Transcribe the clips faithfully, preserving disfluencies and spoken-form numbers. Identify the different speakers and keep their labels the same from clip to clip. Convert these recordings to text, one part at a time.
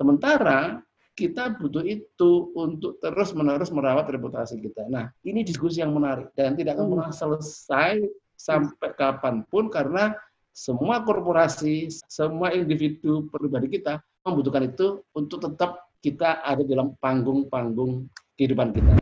Speaker 1: Sementara kita butuh itu untuk terus-menerus merawat reputasi kita. Nah, ini diskusi yang menarik dan tidak akan pernah selesai sampai kapanpun karena semua korporasi, semua individu pribadi kita membutuhkan itu untuk tetap kita ada dalam panggung-panggung kehidupan kita.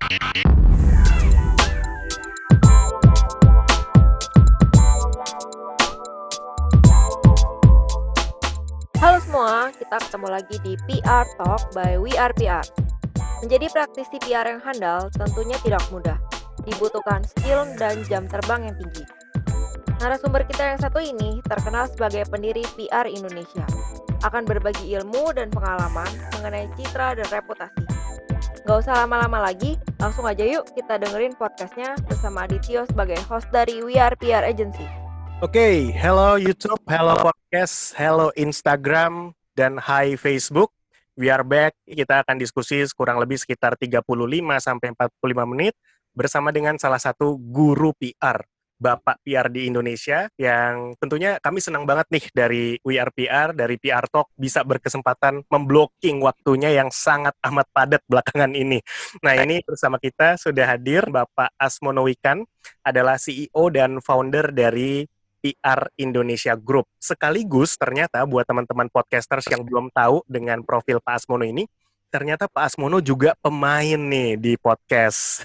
Speaker 2: Halo semua, kita ketemu lagi di P R Talk by We Are P R. Menjadi praktisi P R yang handal tentunya tidak mudah. Dibutuhkan skill dan jam terbang yang tinggi. Narasumber kita yang satu ini terkenal sebagai pendiri P R Indonesia. Akan berbagi ilmu dan pengalaman mengenai citra dan reputasi. Gak usah lama-lama lagi, langsung aja yuk kita dengerin podcastnya bersama Adityo sebagai host dari We Are P R Agency.
Speaker 3: Oke, okay, hello YouTube, hello podcast, hello Instagram, dan hi Facebook. We are back. Kita akan diskusi kurang lebih sekitar tiga puluh lima sampai empat puluh lima menit bersama dengan salah satu guru P R, Bapak P R di Indonesia, yang tentunya kami senang banget nih dari We Are P R, dari P R Talk, bisa berkesempatan memblocking waktunya yang sangat amat padat belakangan ini. Nah, ini bersama kita sudah hadir Bapak Asmono Wikan, adalah C E O dan founder dari P R Indonesia Group. Sekaligus ternyata buat teman-teman podcasters yang belum tahu dengan profil Pak Asmono ini, ternyata Pak Asmono juga pemain nih di podcast.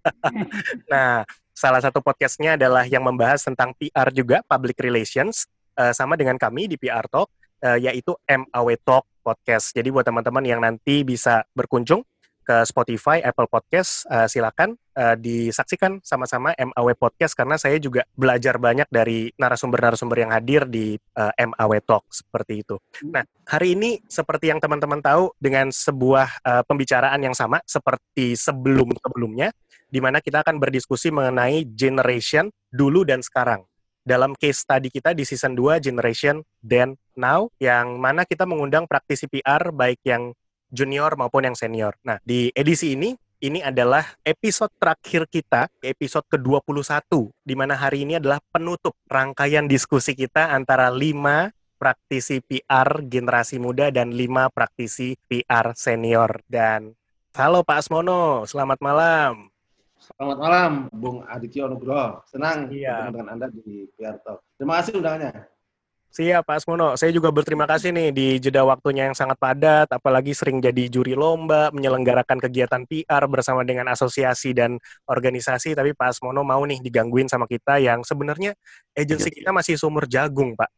Speaker 3: Nah, salah satu podcastnya adalah yang membahas tentang P R juga, Public Relations, uh, sama dengan kami di P R Talk, uh, yaitu M A W Talk Podcast. Jadi buat teman-teman yang nanti bisa berkunjung ke Spotify, Apple Podcast, uh, silakan uh, disaksikan sama-sama M A W Podcast karena saya juga belajar banyak dari narasumber-narasumber yang hadir di uh, M A W Talk seperti itu. Nah, hari ini seperti yang teman-teman tahu dengan sebuah uh, pembicaraan yang sama seperti sebelum-sebelumnya, di mana kita akan berdiskusi mengenai generation dulu dan sekarang. Dalam case study kita di season dua, Generation Then Now, yang mana kita mengundang praktisi P R baik yang junior maupun yang senior. Nah, di edisi ini, ini adalah episode terakhir kita, episode ke dua puluh satu, di mana hari ini adalah penutup rangkaian diskusi kita antara lima praktisi P R generasi muda dan lima praktisi P R senior. Dan halo Pak Asmono, selamat malam.
Speaker 1: Selamat malam, Bung Adityo Nugroho. Senang
Speaker 3: Iya.
Speaker 1: bertemu dengan Anda di P R Talk. Terima kasih undangannya.
Speaker 3: Siap, Pak Asmono. Saya juga berterima kasih nih di jeda waktunya yang sangat padat, apalagi sering jadi juri lomba, menyelenggarakan kegiatan P R bersama dengan asosiasi dan organisasi, tapi Pak Asmono mau nih digangguin sama kita yang sebenarnya agensi kita masih sumur jagung, Pak.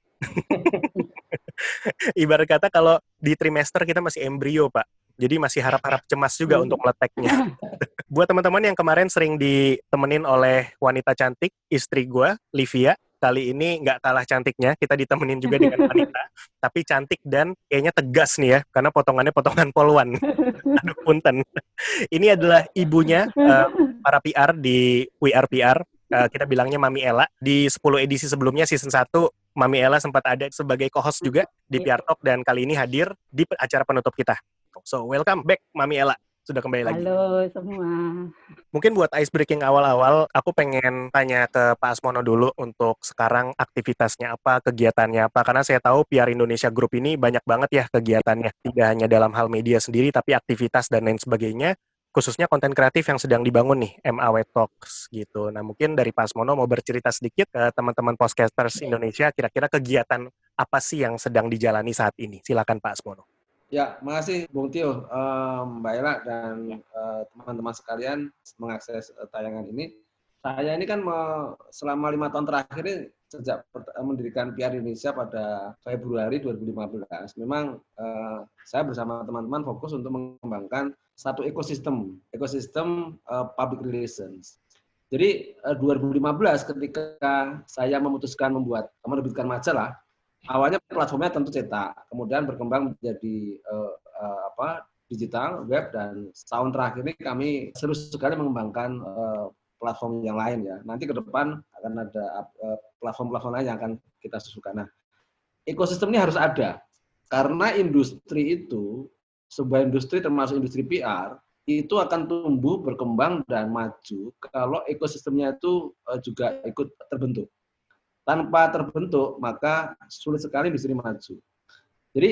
Speaker 3: Ibarat kata kalau di trimester kita masih embrio, Pak. Jadi masih harap-harap cemas juga untuk meleteknya. Buat teman-teman yang kemarin sering ditemenin oleh wanita cantik, istri gue, Livia, kali ini nggak kalah cantiknya, kita ditemenin juga dengan wanita, tapi cantik dan kayaknya tegas nih ya, karena potongannya potongan polwan. Aduh, punten. Ini adalah ibunya uh, para P R di We Are P R, uh, kita bilangnya Mami Ella. Di sepuluh edisi sebelumnya, season satu, Mami Ella sempat ada sebagai co-host juga di P R Talk, dan kali ini hadir di acara penutup kita. So, welcome back Mami Ella. Sudah kembali lagi.
Speaker 4: Halo semua.
Speaker 3: Mungkin buat ice breaking awal-awal, aku pengen tanya ke Pak Asmono dulu untuk sekarang aktivitasnya apa, kegiatannya apa. Karena saya tahu P R Indonesia Group ini banyak banget ya kegiatannya. Tidak hanya dalam hal media sendiri, tapi aktivitas dan lain sebagainya. Khususnya konten kreatif yang sedang dibangun nih, M A W Talks gitu. Nah, mungkin dari Pak Asmono mau bercerita sedikit ke teman-teman podcasters Indonesia, kira-kira kegiatan apa sih yang sedang dijalani saat ini? Silakan Pak Asmono.
Speaker 1: Ya, makasih Bung Tio, um, Mbak Ella, dan uh, teman-teman sekalian mengakses uh, tayangan ini. Saya ini kan me, selama lima tahun terakhir ini, sejak mendirikan P R Indonesia pada Februari dua ribu lima belas, memang uh, saya bersama teman-teman fokus untuk mengembangkan satu ekosistem, ekosistem uh, public relations. Jadi uh, dua ribu lima belas ketika saya memutuskan membuat, menerbitkan majalah, awalnya platformnya tentu cetak, kemudian berkembang menjadi uh, uh, apa digital, web, dan tahun terakhir ini kami serius sekali mengembangkan uh, platform yang lain ya. Nanti ke depan akan ada uh, platform-platform lain yang akan kita susukan. Nah, ekosistem ini harus ada karena industri itu, sebuah industri termasuk industri P R itu akan tumbuh, berkembang, dan maju kalau ekosistemnya itu uh, juga ikut terbentuk. Tanpa terbentuk, maka sulit sekali industri maju. Jadi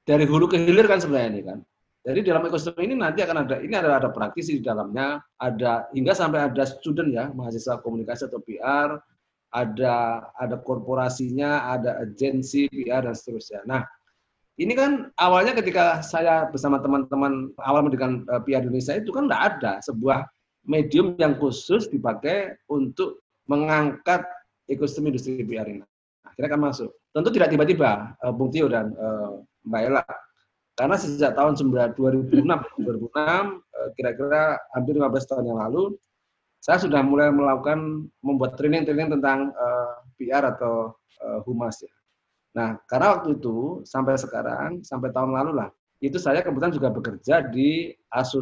Speaker 1: dari hulu ke hilir kan sebenarnya ini kan. Jadi dalam ekosistem ini nanti akan ada, ini ada ada praktisi di dalamnya, ada hingga sampai ada student ya, mahasiswa komunikasi atau P R, ada ada korporasinya, ada agensi P R dan seterusnya. Nah, ini kan awalnya ketika saya bersama teman-teman awal mendirikan uh, P R Indonesia itu kan tidak ada sebuah medium yang khusus dipakai untuk mengangkat ekosistem industri P R ini. Akhirnya kan masuk. Tentu tidak tiba-tiba, uh, Bung Tio dan uh, Mbak Ella. Karena sejak tahun dua ribu enam, uh, kira-kira hampir lima belas tahun yang lalu, saya sudah mulai melakukan, membuat training-training tentang uh, P R atau uh, humas ya. Nah, karena waktu itu, sampai sekarang, sampai tahun lalu lah, itu saya kebetulan juga bekerja di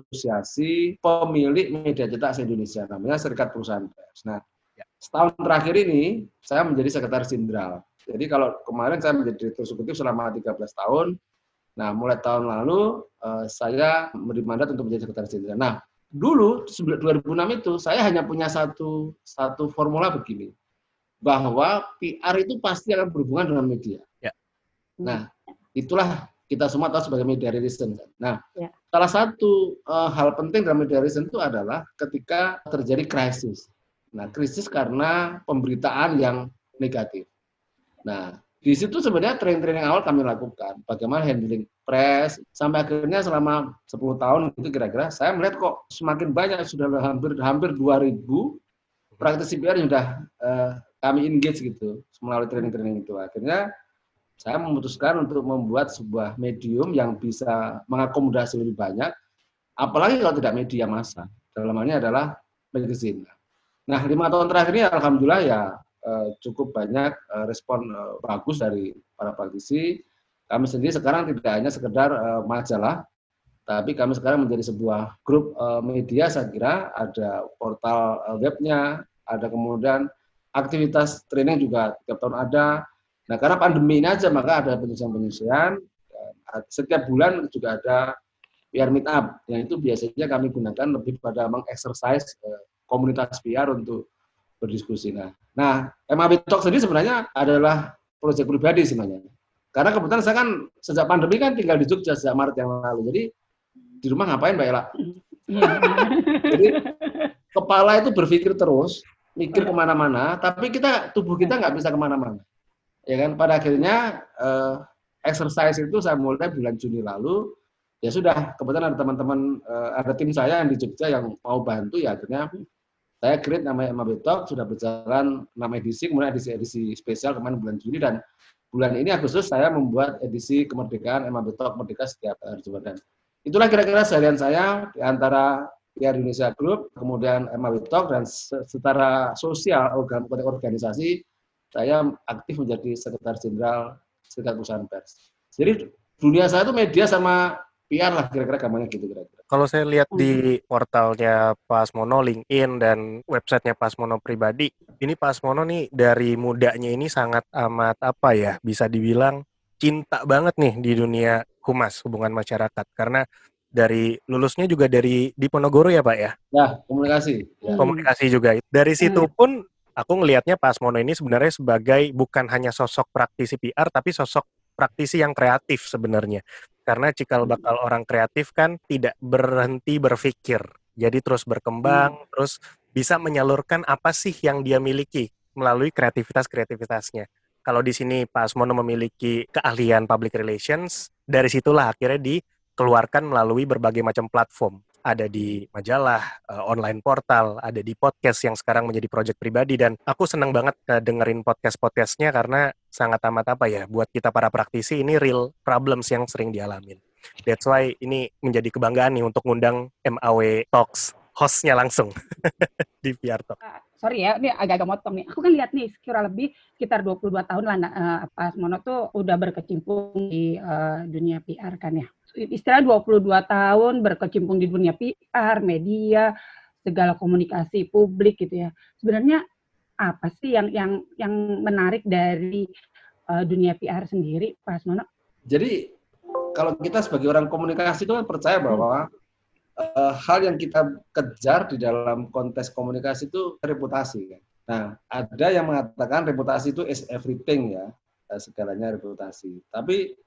Speaker 1: Asosiasi Pemilik Media Cetak se-Indonesia, namanya Serikat Perusahaan Pers. Nah, setahun terakhir ini, saya menjadi sekretaris jenderal. Jadi kalau kemarin saya menjadi direktur eksekutif selama tiga belas tahun, nah mulai tahun lalu uh, saya memberi mandat untuk menjadi sekretaris jenderal. Nah, dulu dua ribu enam itu saya hanya punya satu satu formula begini, bahwa P R itu pasti akan berhubungan dengan media.
Speaker 3: Ya.
Speaker 1: Nah, itulah kita semua tahu sebagai media relation. Nah,
Speaker 2: ya.
Speaker 1: salah satu uh, hal penting dalam media relation itu adalah ketika terjadi krisis. Nah, krisis karena pemberitaan yang negatif. Nah, di situ sebenarnya training-training awal kami lakukan, bagaimana handling press, sampai akhirnya selama sepuluh tahun itu kira-kira, saya melihat kok semakin banyak, sudah hampir hampir dua ribu praktisi P R yang sudah uh, kami engage gitu, melalui training-training itu. Akhirnya saya memutuskan untuk membuat sebuah medium yang bisa mengakomodasi lebih banyak, apalagi kalau tidak media massa. Dalam hal ini adalah magazine. Nah, lima tahun terakhir ini alhamdulillah ya eh, cukup banyak eh, respon eh, bagus dari para praktisi. Kami sendiri sekarang tidak hanya sekedar eh, majalah, tapi kami sekarang menjadi sebuah grup eh, media, saya kira ada portal eh, webnya, ada kemudian aktivitas training juga tiap tahun ada. Nah, karena pandemi ini aja maka ada penyelesaian-penyelesaian. Setiap bulan juga ada P R meet up, yang itu biasanya kami gunakan lebih pada mengeksersis eh, komunitas P R untuk berdiskusi. Nah, nah M A B Talk sendiri sebenarnya adalah proyek pribadi sebenarnya. Karena kebetulan saya kan sejak pandemi kan tinggal di Jogja sejak Maret yang lalu. Jadi di rumah ngapain Mbak Ella? Jadi kepala itu berpikir terus, mikir kemana-mana, tapi kita tubuh kita nggak bisa kemana-mana. Ya kan? Pada akhirnya eh, exercise itu saya mulai bulan Juni lalu. Ya sudah, kebetulan ada teman-teman, eh, ada tim saya yang di Jogja yang mau bantu, ya akhirnya saya create namanya M A B Talk, sudah berjalan enam edisi, kemudian edisi-edisi spesial kemarin bulan Juni, dan bulan ini Agustus saya membuat edisi kemerdekaan M A B Talk Merdeka setiap hari Jumat. Dan itulah kira-kira seharian saya di antara P R Indonesia Group, kemudian M A B Talk, dan secara sosial, organ, organisasi, saya aktif menjadi sekretaris jenderal Serikat Perusahaan Pers. Jadi dunia saya itu media sama P R lah, kira-kira gambarnya gitu kira-kira.
Speaker 3: Kalau saya lihat di portalnya Pak Asmono, LinkedIn, dan websitenya Pak Asmono pribadi, ini Pak Asmono nih dari mudanya ini sangat amat apa ya, bisa dibilang cinta banget nih di dunia humas, hubungan masyarakat. Karena dari lulusnya juga dari Diponegoro ya Pak ya?
Speaker 1: Ya, komunikasi. Ya.
Speaker 3: Komunikasi juga. Dari situ pun aku ngelihatnya Pak Asmono ini sebenarnya sebagai bukan hanya sosok praktisi P R, tapi sosok praktisi yang kreatif sebenarnya. Karena cikal bakal orang kreatif kan tidak berhenti berpikir. Jadi terus berkembang, hmm. terus bisa menyalurkan apa sih yang dia miliki melalui kreativitas-kreativitasnya. Kalau di sini Pak Asmono memiliki keahlian public relations, dari situlah akhirnya dikeluarkan melalui berbagai macam platform. Ada di majalah, uh, online portal, ada di podcast yang sekarang menjadi proyek pribadi, dan aku senang banget uh, dengerin podcast-podcastnya karena sangat amat apa ya, buat kita para praktisi ini real problems yang sering dialamin. That's why ini menjadi kebanggaan nih untuk ngundang M A W Talks, hostnya langsung di P R Talk.
Speaker 4: Uh, sorry ya, ini agak-agak motong nih. Aku kan lihat nih, kurang lebih sekitar dua puluh dua tahun lah uh, Pak Asmono tuh udah berkecimpung di uh, dunia P R kan ya. Istilah dua puluh dua tahun berkecimpung di dunia P R, media, segala komunikasi publik gitu ya. Sebenarnya apa sih yang yang yang menarik dari uh, dunia P R sendiri, Pak Asmono?
Speaker 1: Jadi kalau kita sebagai orang komunikasi itu kan percaya bahwa hmm. uh, hal yang kita kejar di dalam konteks komunikasi itu reputasi kan. Nah, ada yang mengatakan reputasi itu is everything ya, segalanya reputasi. Tapi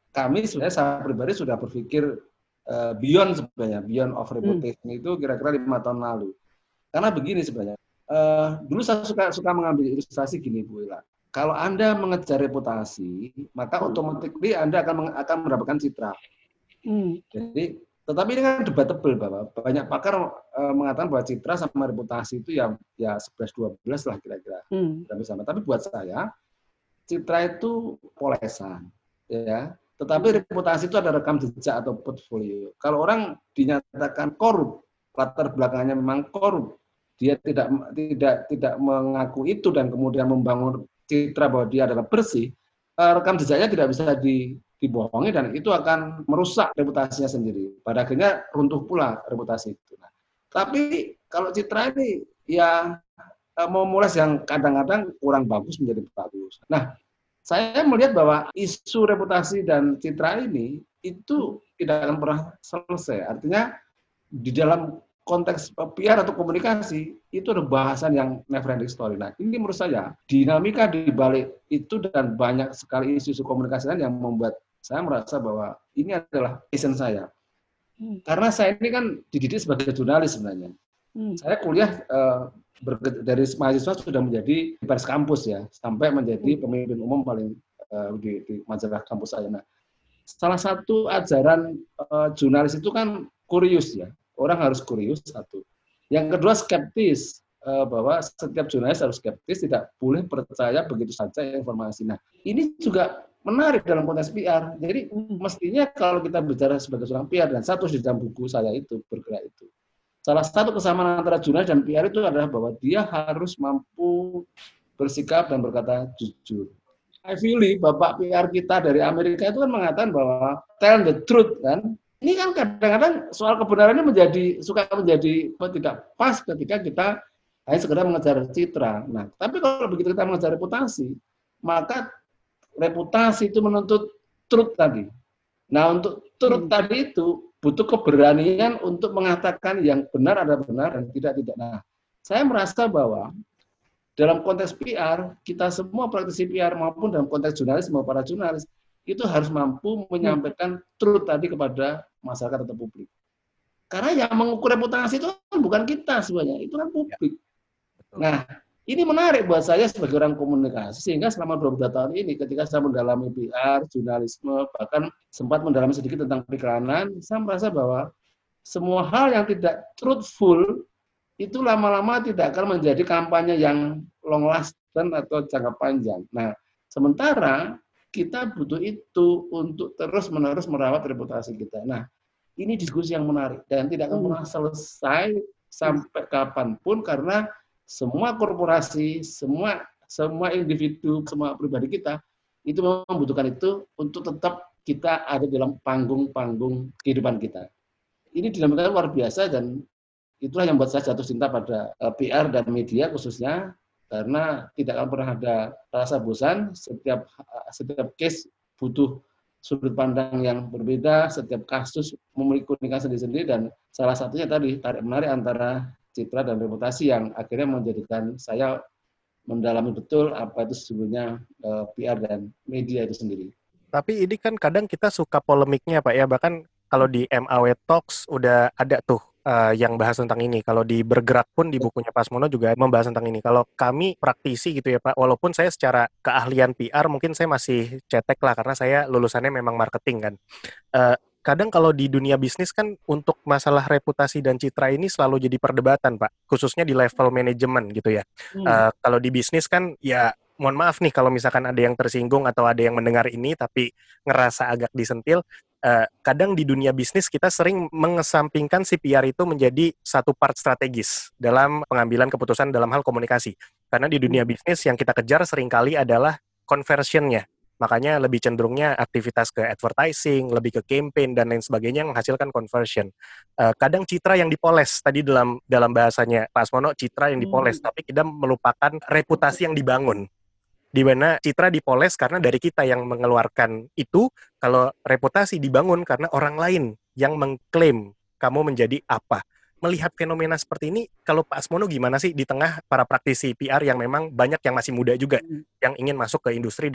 Speaker 1: kami sebenarnya saya pribadi sudah berpikir uh, beyond sebenarnya, beyond of reputation hmm. itu kira-kira lima tahun lalu. Karena begini sebenarnya, uh, dulu saya suka suka mengambil ilustrasi gini Bu Ila. Kalau Anda mengejar reputasi, maka otomatis Anda akan akan mendapatkan citra. Hmm. Jadi, tetapi ini kan debatable bahwa banyak pakar uh, mengatakan bahwa citra sama reputasi itu ya ya sebelas dua belas lah kira-kira. Hmm. Sama. Tapi buat saya citra itu polesan, ya. Tetapi reputasi itu ada rekam jejak atau portfolio. Kalau orang dinyatakan korup, latar belakangnya memang korup, dia tidak tidak tidak mengaku itu dan kemudian membangun citra bahwa dia adalah bersih, uh, rekam jejaknya tidak bisa di dibohongi dan itu akan merusak reputasinya sendiri. Pada akhirnya runtuh pula reputasi itu. Nah, tapi kalau citra ini ya memules yang kadang-kadang kurang bagus menjadi bagus. Nah, saya melihat bahwa isu reputasi dan citra ini itu tidak akan pernah selesai. Artinya di dalam konteks P R atau komunikasi itu ada bahasan yang never ending story. Nah, ini menurut saya dinamika di balik itu dan banyak sekali isu-isu komunikasi yang membuat saya merasa bahwa ini adalah passion saya. Hmm. Karena saya ini kan dididik sebagai jurnalis sebenarnya. Hmm. Saya kuliah uh, dari mahasiswa sudah menjadi pers kampus ya, sampai menjadi hmm. pemimpin umum paling uh, di, di majalah kampus saya. Nah, salah satu ajaran uh, jurnalis itu kan kurius ya. Orang harus kurius satu. Yang kedua skeptis, uh, bahwa setiap jurnalis harus skeptis, tidak boleh percaya begitu saja informasi. Nah, ini juga menarik dalam konteks P R. Jadi mestinya kalau kita bicara sebagai seorang P R, dan satu di dalam buku saya itu bergerak itu, salah satu kesamaan antara jurnalis dan P R itu adalah bahwa dia harus mampu bersikap dan berkata jujur. I feel Bapak P R kita dari Amerika itu kan mengatakan bahwa tell the truth kan. Ini kan kadang-kadang soal kebenaran ini menjadi suka menjadi tidak pas ketika kita hanya sekedar mengejar citra. Nah, tapi kalau begitu kita mengejar reputasi, maka reputasi itu menuntut truth tadi. Nah, untuk truth hmm. tadi itu butuh keberanian untuk mengatakan yang benar ada benar dan tidak tidak. Nah, saya merasa bahwa dalam konteks P R, kita semua praktisi P R maupun dalam konteks jurnalis maupun para jurnalis itu harus mampu menyampaikan truth tadi kepada masyarakat atau publik. Karena yang mengukur reputasi itu kan bukan kita sebenarnya, itu kan publik. Nah, ini menarik buat saya sebagai orang komunikasi, sehingga selama dua puluh dua tahun ini ketika saya mendalami P R, jurnalisme, bahkan sempat mendalami sedikit tentang periklanan, saya merasa bahwa semua hal yang tidak truthful itu lama-lama tidak akan menjadi kampanye yang long lasting atau jangka panjang. Nah, sementara kita butuh itu untuk terus-menerus merawat reputasi kita. Nah, ini diskusi yang menarik dan tidak akan pernah selesai sampai kapanpun karena semua korporasi, semua semua individu, semua pribadi kita itu membutuhkan itu untuk tetap kita ada dalam panggung-panggung kehidupan kita. Ini dinamika luar biasa dan itulah yang membuat saya jatuh cinta pada P R dan media khususnya karena tidak akan pernah ada rasa bosan. Setiap setiap case butuh sudut pandang yang berbeda, setiap kasus memiliki keunikan sendiri-sendiri dan salah satunya tadi tarik menarik antara citra dan reputasi yang akhirnya menjadikan saya mendalami betul apa itu sesungguhnya uh, P R dan media itu sendiri.
Speaker 3: Tapi ini kan kadang kita suka polemiknya Pak ya, bahkan kalau di M A W Talks udah ada tuh uh, yang bahas tentang ini. Kalau di Bergerak pun di bukunya Pak Asmono juga membahas tentang ini. Kalau kami praktisi gitu ya Pak, walaupun saya secara keahlian P R mungkin saya masih cetek lah karena saya lulusannya memang marketing kan. Uh, Kadang kalau di dunia bisnis kan untuk masalah reputasi dan citra ini selalu jadi perdebatan Pak, khususnya di level manajemen gitu ya. Hmm. Uh, kalau di bisnis kan ya mohon maaf nih kalau misalkan ada yang tersinggung atau ada yang mendengar ini tapi ngerasa agak disentil. Uh, kadang di dunia bisnis kita sering mengesampingkan si P R itu menjadi satu part strategis dalam pengambilan keputusan dalam hal komunikasi. Karena di dunia bisnis yang kita kejar seringkali adalah conversion-nya. Makanya lebih cenderungnya aktivitas ke advertising, lebih ke campaign dan lain sebagainya yang menghasilkan conversion. Uh, kadang citra yang dipoles tadi dalam dalam bahasanya Pak Asmono, citra yang dipoles, hmm. tapi kita melupakan reputasi yang dibangun. Di mana citra dipoles karena dari kita yang mengeluarkan itu, kalau reputasi dibangun karena orang lain yang mengklaim kamu menjadi apa. Melihat fenomena seperti ini, kalau Pak Asmono gimana sih di tengah para praktisi P R yang memang banyak yang masih muda juga, hmm. yang ingin masuk ke industri dan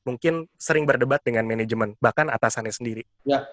Speaker 3: mungkin sering berdebat dengan manajemen, bahkan atasannya sendiri.
Speaker 1: Ya,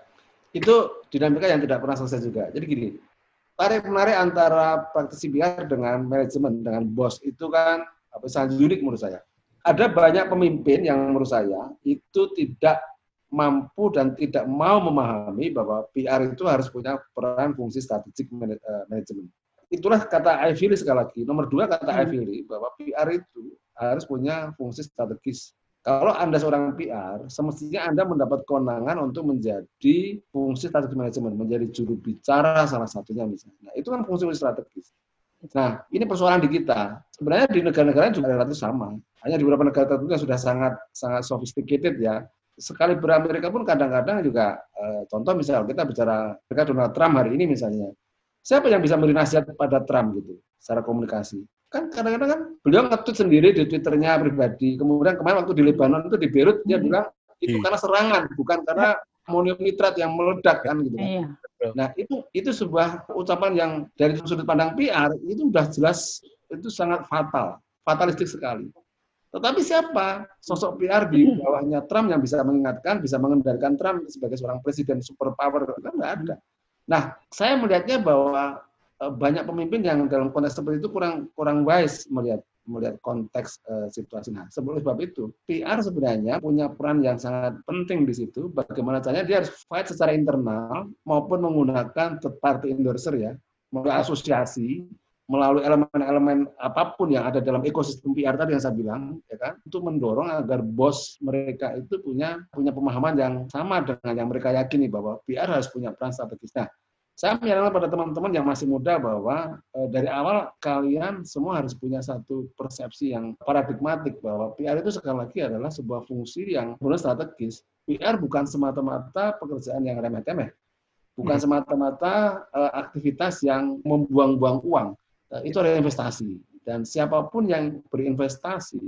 Speaker 1: itu dinamika yang tidak pernah selesai juga. Jadi gini, tarik-menarik antara praktisi P R dengan manajemen, dengan bos, itu kan apa, sangat unik menurut saya. Ada banyak pemimpin yang menurut saya itu tidak mampu dan tidak mau memahami bahwa P R itu harus punya peran fungsi strategik manajemen. Itulah kata Ivy Lee sekali lagi. Nomor dua kata hmm. Ivy Lee bahwa P R itu harus punya fungsi strategis. Kalau Anda seorang P R, semestinya Anda mendapat kewenangan untuk menjadi fungsi strategis manajemen, menjadi juru bicara salah satunya misalnya. Nah, itu kan fungsi strategis. Nah, ini persoalan di kita. Sebenarnya di negara-negara juga relatif sama. Hanya di beberapa negara tertentu yang sudah sangat sangat sophisticated ya. Sekali Amerika pun kadang-kadang juga, eh, contoh misal kita bicara mereka Donald Trump hari ini misalnya, siapa yang bisa memberi nasihat pada Trump gitu secara komunikasi? Kan kadang-kadang kan beliau nge-tweet sendiri di Twitternya pribadi. Kemudian kemarin waktu di Lebanon itu di Beirut dia bilang itu hmm. karena serangan, bukan karena amonium nitrat yang meledak kan gitu kan. Iya. Nah itu itu sebuah ucapan yang dari sudut pandang P R itu sudah jelas itu sangat fatal, fatalistik sekali. Tetapi siapa sosok P R di bawahnya Trump yang bisa mengingatkan, bisa mengendalikan Trump sebagai seorang presiden superpower? Kan nggak ada. Nah, saya melihatnya bahwa e, banyak pemimpin yang dalam konteks seperti itu kurang kurang wise melihat melihat konteks e, situasi. Nah, sebab itu P R sebenarnya punya peran yang sangat penting di situ. Bagaimana caranya dia harus fight secara internal maupun menggunakan third party endorser ya, melalui asosiasi, melalui elemen-elemen apapun yang ada dalam ekosistem P R tadi yang saya bilang, ya kan, untuk mendorong agar bos mereka itu punya punya pemahaman yang sama dengan yang mereka yakini bahwa P R harus punya peran strategis. Nah, saya menyarankan pada teman-teman yang masih muda bahwa eh, dari awal kalian semua harus punya satu persepsi yang paradigmatik bahwa P R itu sekali lagi adalah sebuah fungsi yang benar strategis. P R bukan semata-mata pekerjaan yang remeh-temeh, bukan semata-mata eh, aktivitas yang membuang-buang uang. Itu adalah investasi, dan siapapun yang berinvestasi,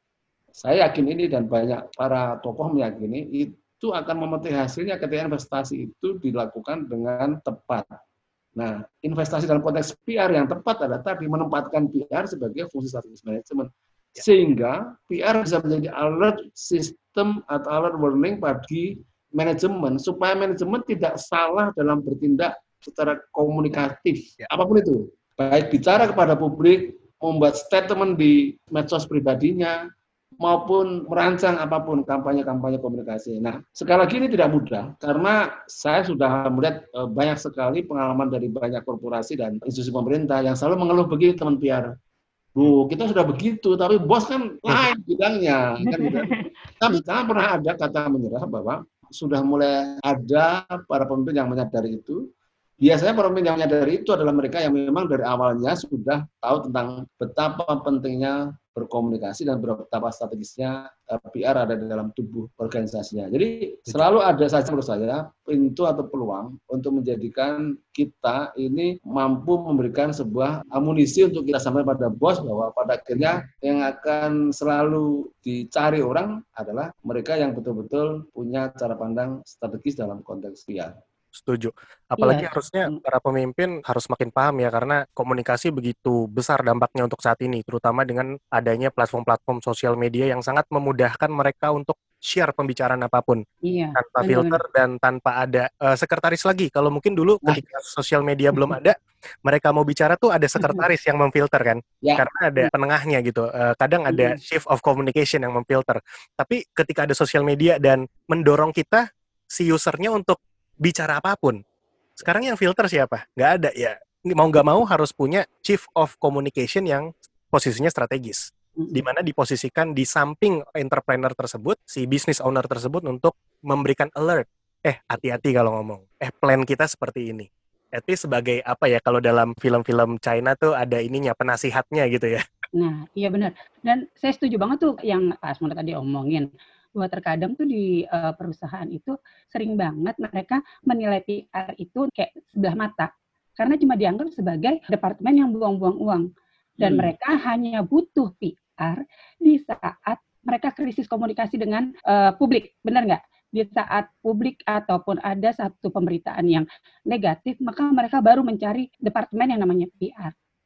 Speaker 1: saya yakin ini dan banyak para tokoh meyakini itu akan memetik hasilnya ketika investasi itu dilakukan dengan tepat. Nah, investasi dalam konteks P R yang tepat adalah tadi menempatkan P R sebagai fungsi strategis manajemen, sehingga P R bisa menjadi alert system atau alert warning bagi manajemen supaya manajemen tidak salah dalam bertindak secara komunikatif, apapun itu. Baik bicara kepada publik, membuat statement di medsos pribadinya, maupun merancang apapun kampanye-kampanye komunikasi. Nah, sekali lagi ini tidak mudah, karena saya sudah melihat e, banyak sekali pengalaman dari banyak korporasi dan institusi pemerintah yang selalu mengeluh begini teman P R. Bu, kita sudah begitu, tapi bos kan lain bilangnya. Kan gitu. Tapi jangan pernah ada kata menyerah bahwa sudah mulai ada para pemimpin yang menyadari itu. Biasanya pemimpin yang menyadari itu adalah mereka yang memang dari awalnya sudah tahu tentang betapa pentingnya berkomunikasi dan betapa strategisnya P R ada di dalam tubuh organisasinya. Jadi selalu ada saja menurut saya pintu atau peluang untuk menjadikan kita ini mampu memberikan sebuah amunisi untuk kita sampai pada bos bahwa pada akhirnya yang akan selalu dicari orang adalah mereka yang betul-betul punya cara pandang strategis dalam konteks P R.
Speaker 3: Setuju. Apalagi
Speaker 4: Iya.
Speaker 3: harusnya para pemimpin harus makin paham ya, karena komunikasi begitu besar dampaknya untuk saat ini, terutama dengan adanya platform-platform sosial media yang sangat memudahkan mereka untuk share pembicaraan apapun
Speaker 4: Iya,
Speaker 3: tanpa
Speaker 4: benar.
Speaker 3: filter dan tanpa ada uh, sekretaris lagi. Kalau mungkin dulu
Speaker 4: Nah.
Speaker 3: ketika sosial media belum ada, mereka mau bicara tuh ada sekretaris yang memfilter kan,
Speaker 1: Ya.
Speaker 3: karena ada penengahnya gitu. Uh, kadang ada chief of communication yang memfilter. Tapi ketika ada sosial media dan mendorong kita si usernya untuk bicara apapun, sekarang yang filter siapa? Nggak ada ya. Mau nggak mau harus punya chief of communication yang posisinya strategis, di mana diposisikan di samping entrepreneur tersebut, si business owner tersebut untuk memberikan alert. Eh, hati-hati kalau ngomong. Eh, plan kita seperti ini. Itu sebagai apa ya, kalau dalam film-film China tuh ada ininya, penasihatnya gitu ya.
Speaker 4: Nah, iya benar. Dan saya setuju banget tuh yang Pak Asmoro tadi omongin, bahwa terkadang tuh di uh, perusahaan itu sering banget mereka menilai P R itu kayak sebelah mata. Karena cuma dianggap sebagai departemen yang buang-buang uang. Dan hmm. mereka hanya butuh P R di saat mereka krisis komunikasi dengan uh, publik. Benar nggak? Di saat publik ataupun ada satu pemberitaan yang negatif, maka mereka baru mencari departemen yang namanya P R.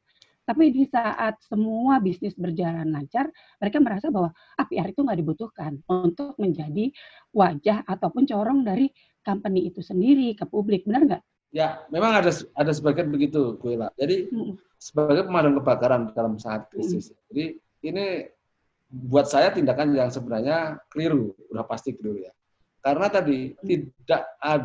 Speaker 4: Tapi di saat semua bisnis berjalan lancar, mereka merasa bahwa ah, P R itu nggak dibutuhkan untuk menjadi wajah ataupun corong dari company itu sendiri ke publik, benar nggak?
Speaker 1: Ya, memang ada ada sebagian begitu, Bu Ela. Jadi
Speaker 4: Mm.
Speaker 1: sebagai pemadam kebakaran dalam saat krisis. Mm. Jadi ini buat saya tindakan yang sebenarnya keliru, udah pasti keliru ya. Karena tadi mm. tidak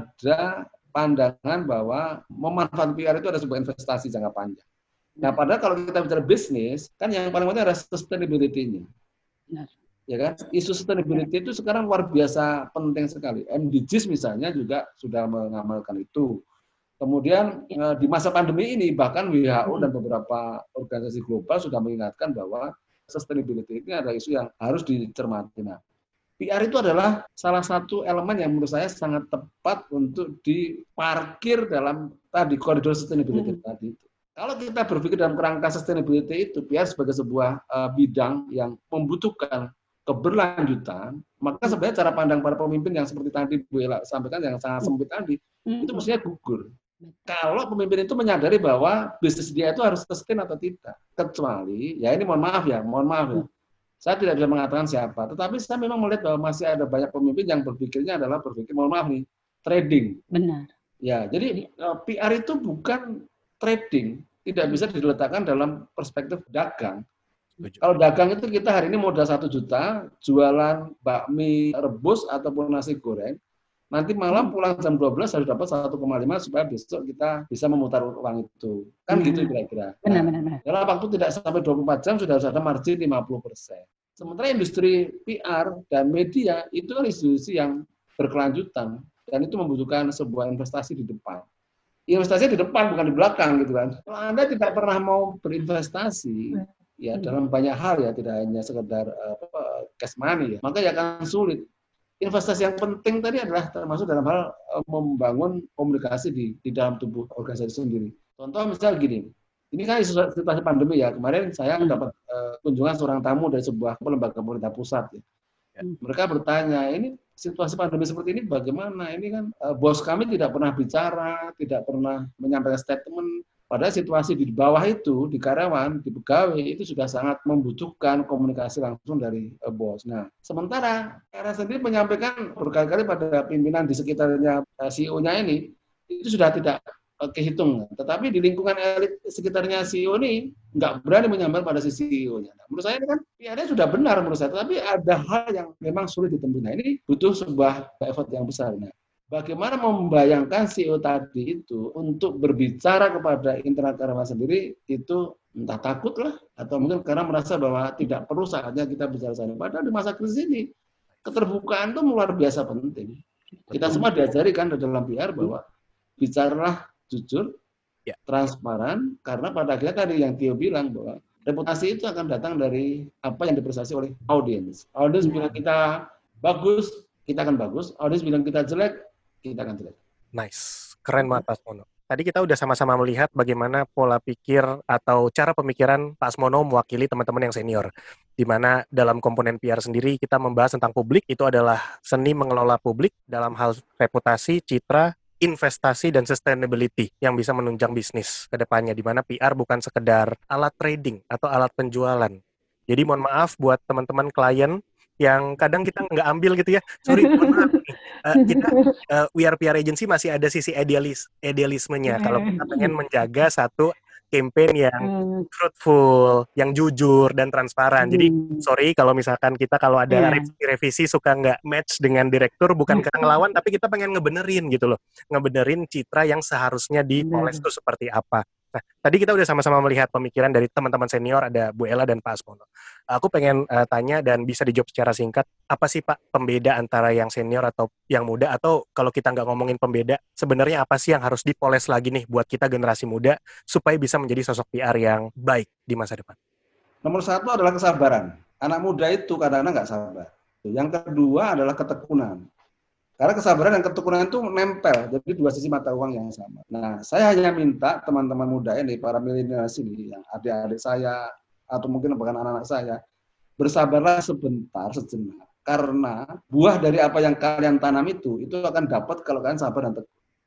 Speaker 1: ada pandangan bahwa memanfaatkan P R itu ada sebuah investasi jangka panjang. Nah, padahal kalau kita bicara bisnis, kan yang paling penting adalah sustainability-nya. Benar. Ya kan? Isu sustainability itu sekarang luar biasa penting sekali. M D Gs misalnya juga sudah mengamalkan itu. Kemudian di masa pandemi ini bahkan W H O dan beberapa organisasi global sudah mengingatkan bahwa sustainability ini adalah isu yang harus dicermati. Nah, P R itu adalah salah satu elemen yang menurut saya sangat tepat untuk diparkir dalam tadi koridor sustainability hmm. tadi itu. Kalau kita berpikir dalam kerangka sustainability itu, P R sebagai sebuah uh, bidang yang membutuhkan keberlanjutan, maka sebenarnya cara pandang para pemimpin yang seperti tadi Bu Ela sampaikan yang sangat sempit tadi, hmm. itu mestinya gugur. Kalau pemimpin itu menyadari bahwa bisnis dia itu harus sustain atau tidak. Kecuali, ya ini mohon maaf ya, mohon maaf ya. Saya tidak bisa mengatakan siapa, tetapi saya memang melihat bahwa masih ada banyak pemimpin yang berpikirnya adalah berpikir, mohon maaf nih, trading.
Speaker 4: Benar.
Speaker 1: Ya, jadi P R itu bukan trading, tidak bisa diletakkan dalam perspektif dagang. Kalau dagang itu kita hari ini modal satu juta, jualan bakmi rebus ataupun nasi goreng, nanti malam pulang jam dua belas harus dapat satu koma lima supaya besok kita bisa memutar uang itu. Kan hmm. gitu kira-kira.
Speaker 4: Benar, benar, benar.
Speaker 1: Dalam waktu tidak sampai dua puluh empat jam sudah harus ada margin lima puluh persen. Sementara industri P R dan media itu kan institusi yang berkelanjutan dan itu membutuhkan sebuah investasi di depan. Investasinya di depan bukan di belakang gitu kan. Kalau Anda tidak pernah mau berinvestasi ya hmm. dalam banyak hal ya, tidak hanya sekedar uh, cash money ya, maka ya akan sulit. Investasi yang penting tadi adalah termasuk dalam hal uh, membangun komunikasi di, di dalam tubuh organisasi sendiri. Contoh misal gini, ini kan situasi pandemi ya, kemarin saya hmm. dapat uh, kunjungan seorang tamu dari sebuah lembaga pemerintah pusat ya. Hmm. Mereka bertanya, ini situasi pandemi seperti ini bagaimana? Ini kan uh, bos kami tidak pernah bicara, tidak pernah menyampaikan statement. Padahal situasi di bawah itu, di karyawan, di pegawai, itu sudah sangat membutuhkan komunikasi langsung dari uh, bos. Nah, sementara R S sendiri menyampaikan berkali-kali pada pimpinan di sekitarnya uh, C E O-nya ini, itu sudah tidak uh, kehitung. Tetapi di lingkungan elit sekitarnya C E O ini, nggak berani menyampaikan pada si C E O-nya. Nah, menurut saya ini kan, P R-nya sudah benar menurut saya, tetapi ada hal yang memang sulit ditempuh. Nah, ini butuh sebuah effort yang besar. Nah, bagaimana membayangkan C E O tadi itu untuk berbicara kepada internal karyawan sendiri itu entah takut lah atau mungkin karena merasa bahwa tidak perlu saatnya kita bicara sana. Padahal di masa krisis ini keterbukaan itu luar biasa penting. Kita semua diajari kan dalam P R bahwa bicaralah jujur, ya. transparan, karena pada akhirnya tadi yang Tio bilang bahwa reputasi itu akan datang dari apa yang diprestasi oleh audiens. Audiens bilang kita bagus, kita akan bagus. Audiens bilang kita jelek, kita akan jelek.
Speaker 3: Nice, keren banget Pak Asmono. Tadi kita udah sama-sama melihat bagaimana pola pikir atau cara pemikiran Pak Asmono mewakili teman-teman yang senior. Di mana dalam komponen P R sendiri kita membahas tentang publik, itu adalah seni mengelola publik dalam hal reputasi, citra, investasi, dan sustainability yang bisa menunjang bisnis ke depannya. Di mana P R bukan sekedar alat trading atau alat penjualan. Jadi mohon maaf buat teman-teman klien yang kadang kita nggak ambil gitu ya, sorry, mohon maaf, uh, kita uh, W R P R Agency masih ada sisi idealis, idealismenya. Kalau kita pengen menjaga satu campaign yang fruitful, yang jujur dan transparan. Jadi sorry kalau misalkan kita kalau ada revisi suka nggak match dengan direktur, bukan karena ngelawan, tapi kita pengen ngebenerin gitu loh, ngebenerin citra yang seharusnya dipoles itu seperti apa. Nah, tadi kita udah sama-sama melihat pemikiran dari teman-teman senior, ada Bu Ela dan Pak Asmono. Aku pengen uh, tanya dan bisa dijawab secara singkat, apa sih Pak pembeda antara yang senior atau yang muda? Atau kalau kita nggak ngomongin pembeda, sebenarnya apa sih yang harus dipoles lagi nih buat kita generasi muda supaya bisa menjadi sosok P R yang baik di masa depan?
Speaker 1: Nomor satu adalah kesabaran. Anak muda itu kadang-kadang nggak sabar. Yang kedua adalah ketekunan. Karena kesabaran dan ketekunan itu nempel, jadi dua sisi mata uang yang sama. Nah, saya hanya minta teman-teman muda ini, para milenial ini, yang adik-adik saya, atau mungkin bahkan anak-anak saya, bersabarlah sebentar, sejenak. Karena buah dari apa yang kalian tanam itu, itu akan dapat kalau kalian sabar dan teguh.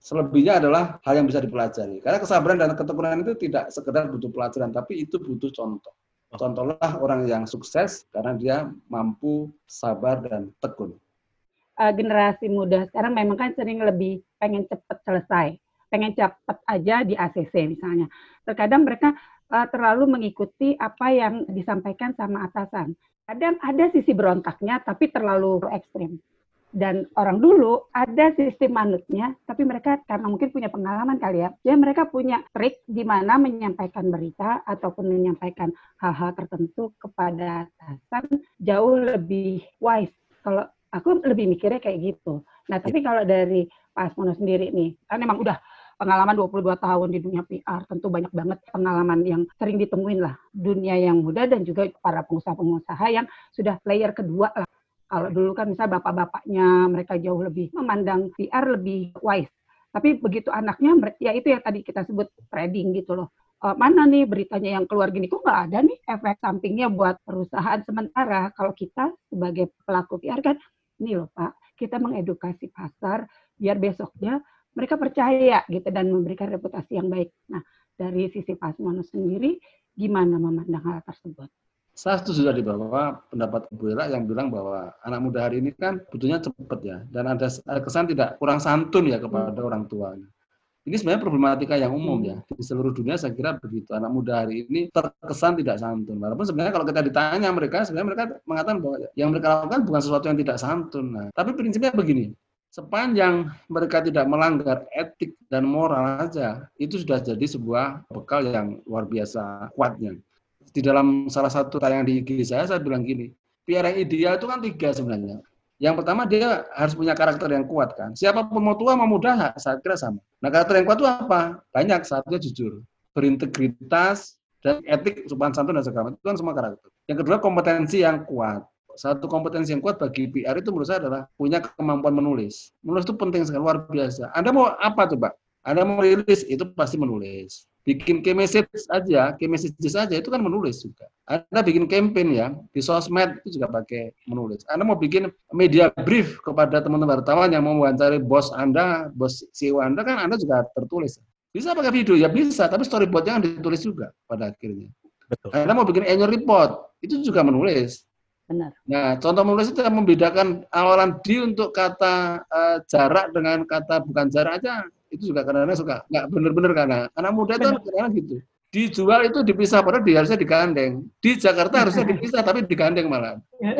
Speaker 1: Selebihnya adalah hal yang bisa dipelajari. Karena kesabaran dan ketekunan itu tidak sekedar butuh pelajaran, tapi itu butuh contoh. Contohlah orang yang sukses karena dia mampu sabar dan tekun.
Speaker 4: Uh, generasi muda sekarang memang kan sering lebih pengen cepat selesai, pengen cepat aja di A C C misalnya. Terkadang mereka uh, terlalu mengikuti apa yang disampaikan sama atasan. Kadang ada sisi berontaknya, tapi terlalu ekstrim. Dan orang dulu ada sistem manutnya, tapi mereka karena mungkin punya pengalaman kali ya, ya mereka punya trik di mana menyampaikan berita ataupun menyampaikan hal-hal tertentu kepada atasan jauh lebih wise. Kalau aku lebih mikirnya kayak gitu. Nah, tapi kalau dari Pak Asmono sendiri nih, kan memang udah pengalaman dua puluh dua tahun di dunia P R, tentu banyak banget pengalaman yang sering ditemuin lah. Dunia yang muda dan juga para pengusaha-pengusaha yang sudah player kedua lah. Kalau dulu kan misalnya bapak-bapaknya, mereka jauh lebih memandang P R lebih wise. Tapi begitu anaknya, ya itu yang tadi kita sebut trading gitu loh. Uh, mana nih beritanya yang keluar gini, kok nggak ada nih efek sampingnya buat perusahaan. Sementara kalau kita sebagai pelaku P R kan, ini loh Pak, kita mengedukasi pasar biar besoknya mereka percaya gitu dan memberikan reputasi yang baik. Nah, dari sisi Pak Asmono sendiri, gimana memandang hal tersebut?
Speaker 1: Saya setuju tadi bahwa pendapat Bu Ella yang bilang bahwa anak muda hari ini kan butuhnya cepat ya, dan ada kesan tidak kurang santun ya kepada hmm. orang tuanya. Ini sebenarnya problematika yang umum ya, di seluruh dunia saya kira begitu. Anak muda hari ini terkesan tidak santun. Walaupun sebenarnya kalau kita ditanya mereka, sebenarnya mereka mengatakan bahwa yang mereka lakukan bukan sesuatu yang tidak santun. Nah, tapi prinsipnya begini, sepanjang mereka tidak melanggar etik dan moral aja, itu sudah jadi sebuah bekal yang luar biasa kuatnya. Di dalam salah satu tayang di I G saya, saya bilang gini, P R yang ideal itu kan tiga sebenarnya. Yang pertama dia harus punya karakter yang kuat kan. Siapapun mau tua mau muda, saya kira sama. Nah karakter yang kuat itu apa? Banyak, satunya jujur, berintegritas, dan etik, sopan santun dan segala macam. Itu kan semua karakter. Yang kedua kompetensi yang kuat. Satu kompetensi yang kuat bagi P R itu menurut saya adalah punya kemampuan menulis. Menulis itu penting sekali, luar biasa. Anda mau apa tuh Pak? Anda mau rilis, itu pasti menulis. Bikin key message aja, key messages aja itu kan menulis juga. Anda bikin campaign ya, di sosmed itu juga pakai menulis. Anda mau bikin media brief kepada teman-teman wartawan yang mau wawancari bos Anda, bos C E O Anda kan Anda juga tertulis. Bisa pakai video ya bisa, tapi storyboardnya kan ditulis juga pada akhirnya. Betul. Anda mau bikin annual report, itu juga menulis.
Speaker 4: Benar.
Speaker 1: Nah, contoh menulis itu yang membedakan awalan D untuk kata uh, jarak dengan kata bukan jarak aja. Itu juga kadang-kadang suka nggak bener-bener karena anak muda itu kadang-kadang gitu. Dijual itu dipisah, padahal di, harusnya digandeng. Di Jakarta harusnya dipisah, tapi digandeng malah.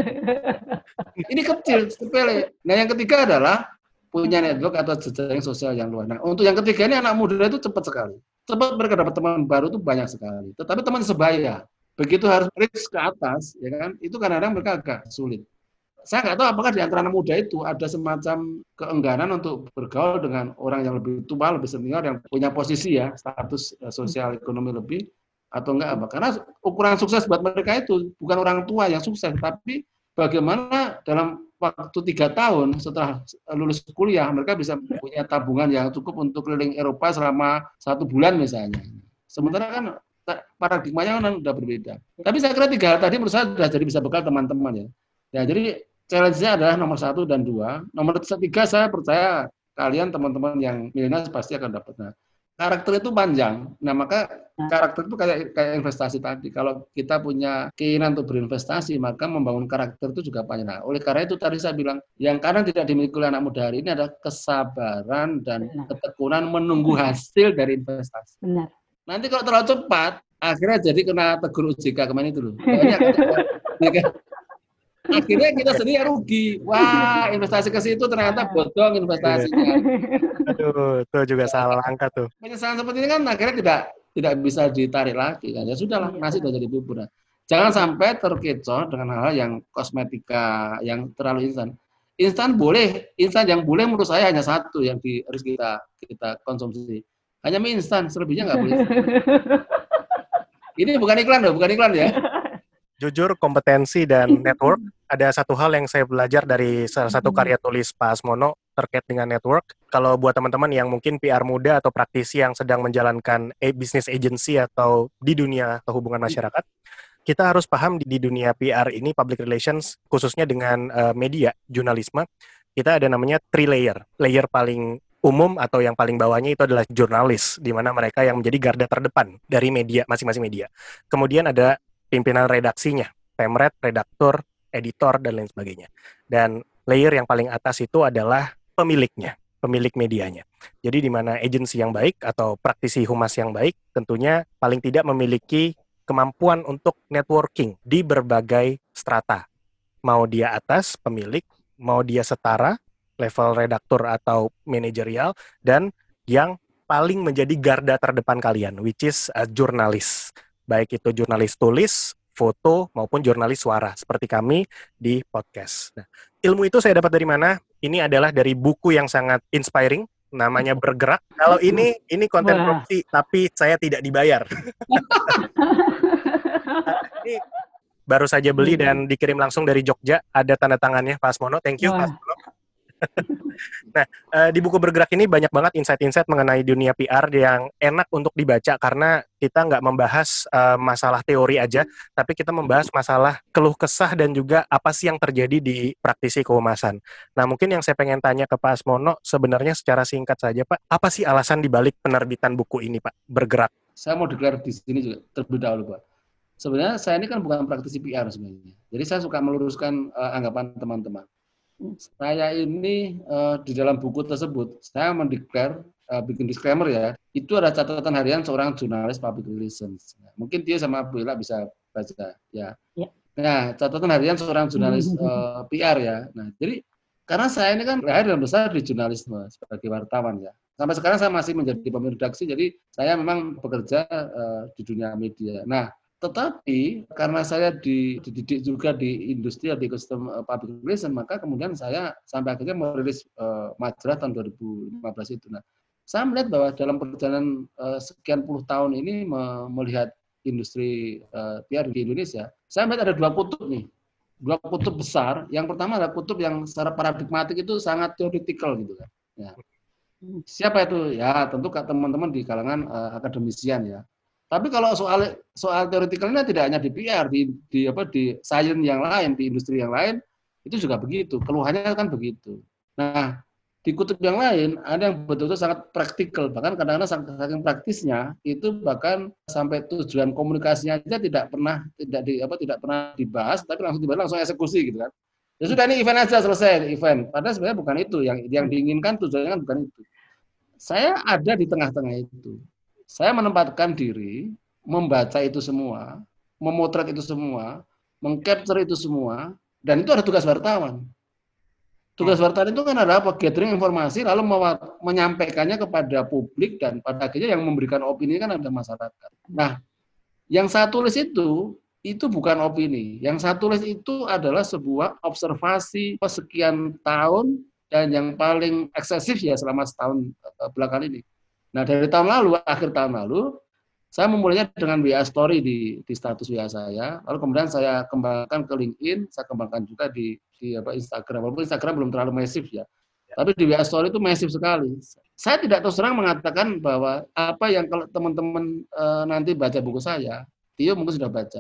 Speaker 1: Ini kecil, sepele. Nah yang ketiga adalah punya network atau jejaring sosial yang luas. Nah untuk yang ketiga ini anak muda itu cepat sekali. Cepat mereka dapat teman baru itu banyak sekali. Tetapi teman sebaya, begitu harus reach ke atas, ya kan? Itu kadang-kadang mereka agak sulit. Saya nggak tahu apakah di antara anak muda itu ada semacam keengganan untuk bergaul dengan orang yang lebih tua, lebih senior, yang punya posisi ya, status sosial ekonomi lebih, atau enggak apa. Karena ukuran sukses buat mereka itu bukan orang tua yang sukses, tapi bagaimana dalam waktu tiga tahun setelah lulus kuliah, mereka bisa punya tabungan yang cukup untuk keliling Eropa selama satu bulan misalnya. Sementara kan paradigmanya kan sudah berbeda. Tapi saya kira tiga hal tadi menurut saya sudah jadi bisa bekal teman-teman ya. Ya jadi challenge-nya adalah nomor satu dan dua. Nomor tiga saya percaya kalian teman-teman yang milenial pasti akan dapat. Nah, karakter itu panjang. Nah maka karakter itu kayak kayak investasi tadi. Kalau kita punya keinginan untuk berinvestasi, maka membangun karakter itu juga panjang. Nah, oleh karena itu tadi saya bilang yang kadang tidak dimiliki oleh anak muda hari ini adalah kesabaran dan Benar. ketekunan menunggu hasil dari investasi.
Speaker 4: Benar.
Speaker 1: Nanti kalau terlalu cepat, akhirnya jadi kena tegur O J K kemarin itu loh. Banyak kan. Akhirnya kita sendiri rugi. Wah, investasi ke situ ternyata bodong investasinya.
Speaker 3: Aduh, itu juga salah langkah tuh.
Speaker 1: Penyesalan seperti ini kan akhirnya tidak tidak bisa ditarik lagi kan. Ya sudahlah, nasi sudah jadi bubur. Jangan sampai terkecoh dengan hal-hal yang kosmetika, yang terlalu instan. Instan boleh, instan yang boleh menurut saya hanya satu yang di, harus kita kita konsumsi. Hanya mie instan, selebihnya nggak boleh. Ini bukan iklan loh, bukan iklan ya.
Speaker 3: Jujur, kompetensi dan network, ada satu hal yang saya belajar dari salah satu karya tulis Pak Asmono terkait dengan network. Kalau buat teman-teman yang mungkin P R muda atau praktisi yang sedang menjalankan business agency atau di dunia atau hubungan masyarakat, kita harus paham di, di dunia P R ini, public relations, khususnya dengan uh, media, jurnalisme, kita ada namanya three layer. Layer paling umum atau yang paling bawahnya itu adalah jurnalis, di mana mereka yang menjadi garda terdepan dari media, masing-masing media. Kemudian ada pimpinan redaksinya, pemret, redaktur, editor, dan lain sebagainya. Dan layer yang paling atas itu adalah pemiliknya, pemilik medianya. Jadi di mana agensi yang baik atau praktisi humas yang baik tentunya paling tidak memiliki kemampuan untuk networking di berbagai strata. Mau dia atas, pemilik, mau dia setara, level redaktur atau manajerial, dan yang paling menjadi garda terdepan kalian, which is uh, jurnalis. Baik itu jurnalis tulis, foto, maupun jurnalis suara, seperti kami di podcast. Nah, ilmu itu saya dapat dari mana? Ini adalah dari buku yang sangat inspiring, namanya Bergerak. Kalau ini, ini konten
Speaker 4: Wah.
Speaker 3: promosi, tapi saya tidak dibayar. Nah, ini baru saja beli dan dikirim langsung dari Jogja, ada tanda tangannya Pak Asmono. Thank you,
Speaker 4: Wah.
Speaker 3: Pak Asmono. Nah, uh, di buku Bergerak ini banyak banget insight-insight mengenai dunia P R yang enak untuk dibaca karena kita nggak membahas uh, masalah teori aja, tapi kita membahas masalah keluh kesah dan juga apa sih yang terjadi di praktisi kehumasan. Nah, mungkin yang saya pengen tanya ke Pak Asmono, sebenarnya secara singkat saja, Pak, apa sih alasan dibalik penerbitan buku ini, Pak, Bergerak?
Speaker 1: Saya mau declare di sini juga terlebih dahulu, Pak. Sebenarnya saya ini kan bukan praktisi P R sebenarnya. Jadi saya suka meluruskan uh, anggapan teman-teman. Saya ini uh, di dalam buku tersebut, saya mendeklar, uh, bikin disclaimer ya, itu ada catatan harian seorang jurnalis public relations. Nah, mungkin dia sama Bu Ila bisa baca ya.
Speaker 4: Ya.
Speaker 1: Nah, catatan harian seorang jurnalis uh, P R ya. Nah, jadi karena saya ini kan lahir dan besar di jurnalisme sebagai wartawan ya. Sampai sekarang saya masih menjadi pemimpin redaksi, jadi saya memang bekerja uh, di dunia media. Nah, tetapi karena saya dididik juga di industri di ekosistem uh, public relation, maka kemudian saya sampai akhirnya merilis uh, majalah tahun dua ribu lima belas itu. Nah, saya melihat bahwa dalam perjalanan uh, sekian puluh tahun ini me- melihat industri uh, P R di Indonesia, saya melihat ada dua kutub nih, dua kutub besar. Yang pertama adalah kutub yang secara paradigmatik itu sangat theoretical gitu kan. Ya. Siapa itu? Ya tentu teman-teman di kalangan uh, akademisian ya. Tapi kalau soal soal teoretikalnya tidak hanya di P R, di, di apa di sains yang lain, di industri yang lain itu juga begitu. Keluhannya kan begitu. Nah, di kutub yang lain ada yang betul-betul sangat praktikal, bahkan kadang-kadang saking praktisnya itu bahkan sampai tujuan komunikasinya aja tidak pernah tidak di apa tidak pernah dibahas, tapi langsung dibahas langsung eksekusi gitu kan. Ya sudah ini event aja selesai event. Padahal sebenarnya bukan itu yang yang diinginkan, tujuannya kan bukan itu. Saya ada di tengah-tengah itu. Saya menempatkan diri, membaca itu semua, memotret itu semua, mengcapture itu semua, dan itu ada tugas wartawan. Tugas wartawan itu kan ada apa? Gathering informasi, lalu menyampaikannya kepada publik, dan pada akhirnya yang memberikan opini kan ada masyarakat. Nah, yang saya tulis itu, itu bukan opini. Yang saya tulis itu adalah sebuah observasi sekian tahun, dan yang paling eksesif ya selama setahun belakangan ini. Nah, dari tahun lalu, akhir tahun lalu, saya memulainya dengan W A Story di, di status W A saya, lalu kemudian saya kembangkan ke LinkedIn, saya kembangkan juga di, di apa, Instagram, walaupun Instagram belum terlalu masif ya, tapi di W A Story itu masif sekali. Saya tidak terus terang mengatakan bahwa apa yang kalau teman-teman e, nanti baca buku saya, Tio mungkin sudah baca.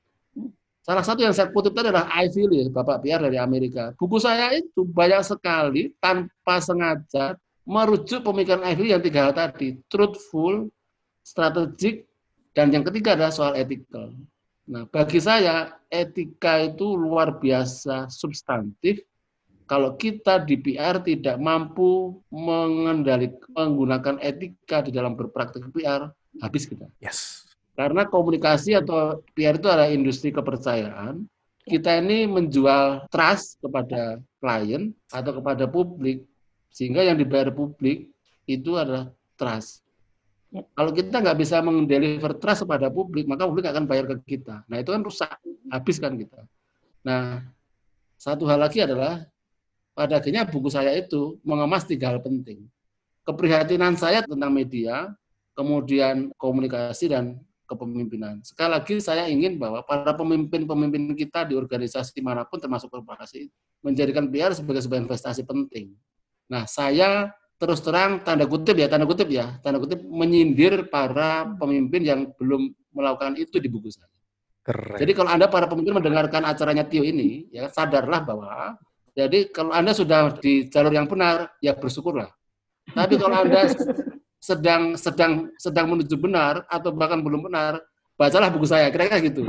Speaker 1: Salah satu yang saya kutip tadi adalah Ivy Lee, Bapak P R dari Amerika. Buku saya itu banyak sekali tanpa sengaja merujuk pemikiran Ivy Lee yang tiga hal tadi, truthful, strategik, dan yang ketiga adalah soal ethical. Nah, bagi saya etika itu luar biasa substantif. Kalau kita di P R tidak mampu mengendalikan menggunakan etika di dalam berpraktik P R, habis kita.
Speaker 3: Yes.
Speaker 1: Karena komunikasi atau P R itu adalah industri kepercayaan. Kita ini menjual trust kepada klien atau kepada publik, sehingga yang dibayar publik itu adalah trust. Ya. Kalau kita nggak bisa mendeliver trust kepada publik, maka publik akan bayar ke kita. Nah, itu kan rusak, habis kan kita. Nah, satu hal lagi adalah, pada akhirnya buku saya itu mengemas tiga hal penting. Keprihatinan saya tentang media, kemudian komunikasi, dan kepemimpinan. Sekali lagi saya ingin bahwa para pemimpin-pemimpin kita di organisasi manapun termasuk korporasi menjadikan P R sebagai sebuah investasi penting. Nah, saya terus terang tanda kutip ya, tanda kutip ya, tanda kutip menyindir para pemimpin yang belum melakukan itu di buku saya.
Speaker 3: Keren.
Speaker 1: Jadi kalau Anda para pemimpin mendengarkan acaranya Tio ini, ya sadarlah bahwa jadi kalau Anda sudah di jalur yang benar, ya bersyukurlah.
Speaker 5: Tapi kalau Anda sedang sedang sedang menuju benar atau bahkan belum benar, bacalah buku saya, kira-kira gitu.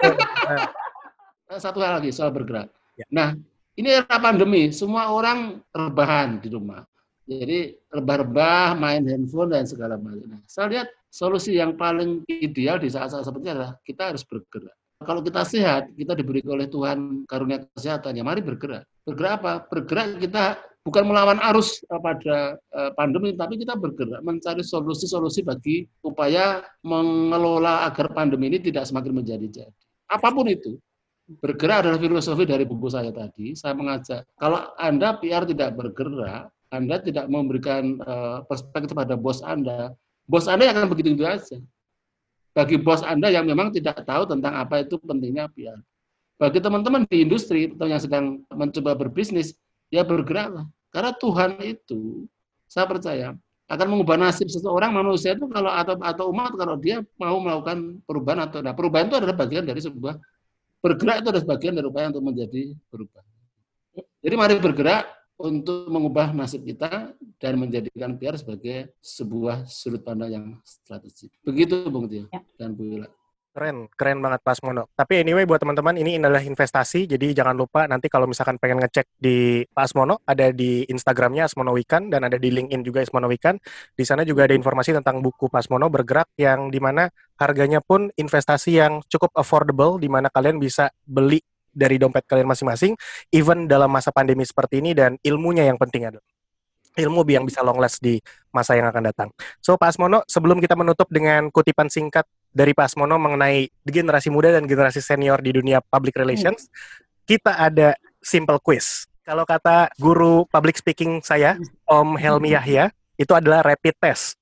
Speaker 5: Satu hal lagi soal bergerak. Nah, ini era pandemi, semua orang rebahan di rumah. Jadi rebah-rebah, main handphone dan segala macam. Nah, saya lihat solusi yang paling ideal di saat-saat seperti ini adalah kita harus bergerak. Kalau kita sehat, kita diberi oleh Tuhan karunia kesehatan, ya mari bergerak. Bergerak apa? Bergerak kita bukan melawan arus pada pandemi, tapi kita bergerak mencari solusi-solusi bagi upaya mengelola agar pandemi ini tidak semakin menjadi-jadi. Apapun itu. Bergerak adalah filosofi dari buku saya tadi. Saya mengajak, kalau Anda P R tidak bergerak, Anda tidak memberikan uh, perspektif pada bos Anda, bos Anda akan begitu-begitu aja. Bagi bos Anda yang memang tidak tahu tentang apa itu pentingnya P R. Bagi teman-teman di industri atau yang sedang mencoba berbisnis, ya bergeraklah. Karena Tuhan itu, saya percaya, akan mengubah nasib seseorang manusia itu kalau atau atau umat kalau dia mau melakukan perubahan atau nah, perubahan itu adalah bagian dari sebuah bergerak itu adalah bagian dari upaya untuk menjadi berubah. Jadi mari bergerak untuk mengubah nasib kita dan menjadikan P R sebagai sebuah sudut pandang yang strategis. Begitu Bung Tio ya. Dan Bu Wila.
Speaker 3: Keren, keren banget Pak Asmono. Tapi anyway buat teman-teman ini adalah investasi, jadi jangan lupa nanti kalau misalkan pengen ngecek di Pak Asmono, ada di Instagramnya Asmono Wikan dan ada di LinkedIn juga Asmono Wikan. Di sana juga ada informasi tentang buku Pak Asmono Bergerak yang dimana harganya pun investasi yang cukup affordable, di mana kalian bisa beli dari dompet kalian masing-masing, even dalam masa pandemi seperti ini, dan ilmunya yang penting adalah ilmu yang bisa long last di masa yang akan datang. So Pak Asmono, sebelum kita menutup dengan kutipan singkat dari Pak Asmono mengenai generasi muda dan generasi senior di dunia public relations, kita ada simple quiz. Kalau kata guru public speaking saya, Om Helmi Yahya, itu adalah rapid test.